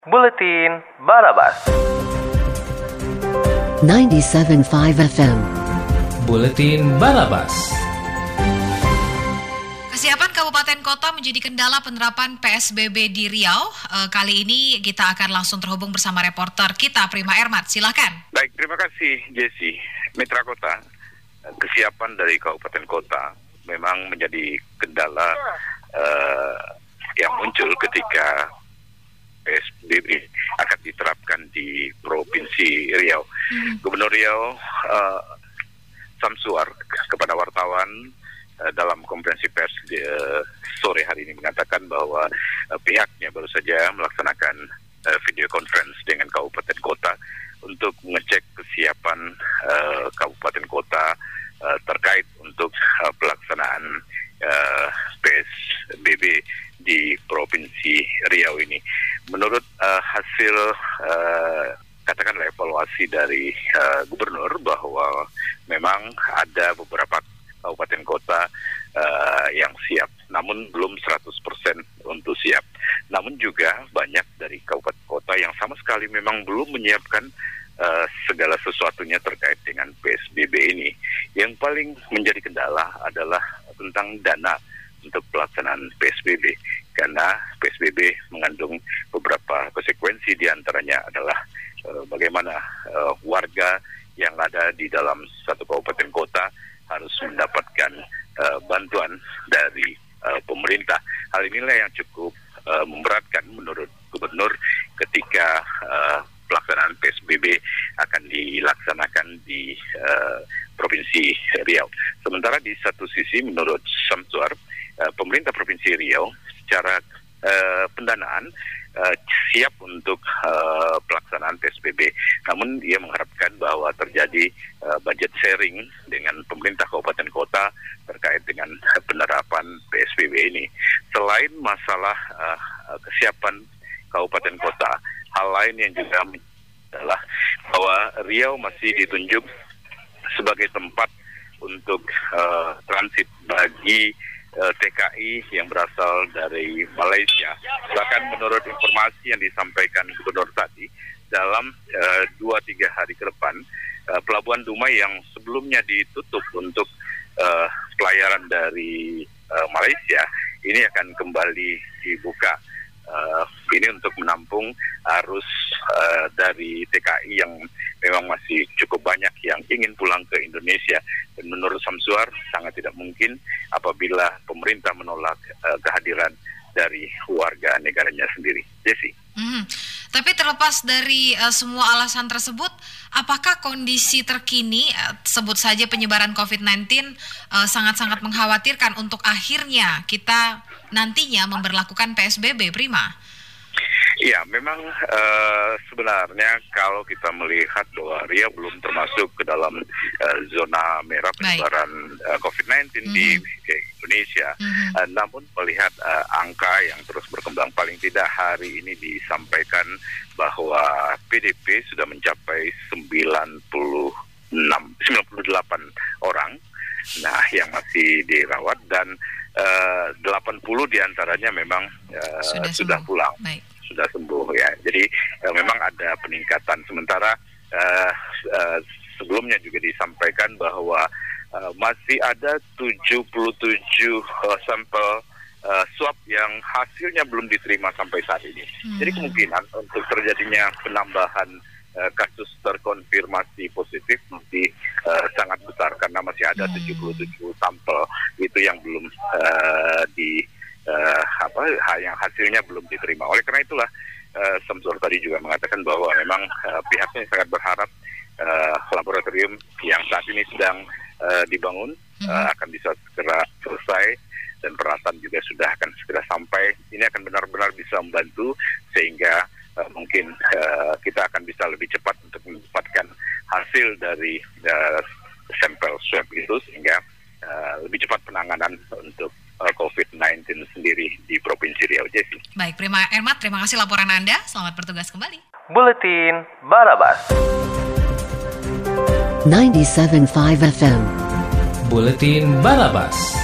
Buletin Barabas 97.5 FM. Buletin Barabas. Kesiapan kabupaten kota menjadi kendala penerapan PSBB di Riau. Kali ini kita akan langsung terhubung bersama reporter kita Prima Ermat. Silakan. Baik, terima kasih Jesse. Mitra Kota, kesiapan dari kabupaten kota memang menjadi kendala yang muncul ketika PSBB akan diterapkan di Provinsi Riau. Gubernur Riau Samsuar kepada wartawan dalam konferensi pers sore hari ini mengatakan bahwa pihaknya baru saja melaksanakan video conference dengan kabupaten kota untuk mengecek kesiapan kabupaten kota terkait untuk pelaksanaan PSBB di Provinsi Riau ini. Menurut hasil katakanlah evaluasi dari gubernur bahwa memang ada beberapa kabupaten kota yang siap, namun belum 100% untuk siap. Namun juga banyak dari kabupaten kota yang sama sekali memang belum menyiapkan segala sesuatunya terkait dengan PSBB ini. Yang paling menjadi kendala adalah tentang dana untuk pelaksanaan PSBB, karena PSBB mengandung beberapa konsekuensi, diantaranya adalah bagaimana warga yang ada di dalam satu kabupaten kota harus mendapatkan bantuan dari pemerintah. Hal inilah yang cukup memberatkan menurut gubernur ketika pelaksanaan PSBB akan dilaksanakan di Provinsi Riau. Sementara di satu sisi menurut Samsuar, pemerintah Provinsi Riau secara pendanaan siap untuk pelaksanaan PSBB. Namun dia mengharapkan bahwa terjadi budget sharing dengan pemerintah kabupaten kota terkait dengan penerapan PSBB ini. Selain masalah kesiapan kabupaten kota, hal lain yang juga adalah bahwa Riau masih ditunjuk sebagai tempat untuk transit bagi TKI yang berasal dari Malaysia. Bahkan menurut informasi yang disampaikan gubernur tadi, dalam 2-3 hari ke depan, Pelabuhan Dumai yang sebelumnya ditutup untuk pelayaran dari Malaysia, ini akan kembali dibuka. Ini untuk menampung arus dari TKI yang memang masih cukup banyak yang ingin pulang ke Indonesia. Dan menurut Samsuar sangat tidak mungkin apabila pemerintah menolak kehadiran dari warga negaranya sendiri. Jesse. Tapi terlepas dari semua alasan tersebut, apakah kondisi terkini, sebut saja penyebaran COVID-19, sangat-sangat mengkhawatirkan untuk akhirnya kita nantinya memberlakukan PSBB, Prima? Ya, memang sebenarnya kalau kita melihat bahwa Riau belum termasuk ke dalam zona merah penyebaran COVID-19 di Indonesia. Namun melihat angka yang terus berkembang, paling tidak hari ini disampaikan bahwa PDP sudah mencapai 98 orang yang masih dirawat, dan 80 diantaranya memang sudah pulang. Baik. Sudah sembuh ya. Jadi memang ada peningkatan. Sementara sebelumnya juga disampaikan bahwa masih ada 77 sampel swab yang hasilnya belum diterima sampai saat ini. Jadi kemungkinan untuk terjadinya penambahan kasus terkonfirmasi positif masih sangat besar, karena masih ada 77 sampel itu yang belum yang hasilnya belum diterima. Oleh karena itulah Samsuar tadi juga mengatakan bahwa memang pihaknya sangat berharap laboratorium yang saat ini sedang dibangun akan bisa segera selesai, dan peralatan juga sudah akan segera sampai. Ini akan benar-benar bisa membantu sehingga mungkin kita akan bisa lebih cepat untuk mendapatkan hasil dari sampel swab itu, sehingga lebih cepat penanganan untuk COVID-19 sendiri di Provinsi Riau. Jesse. Baik, Prima Ermat, terima kasih laporan Anda. Selamat bertugas kembali. Buletin Barabas 97.5 FM. Buletin Barabas.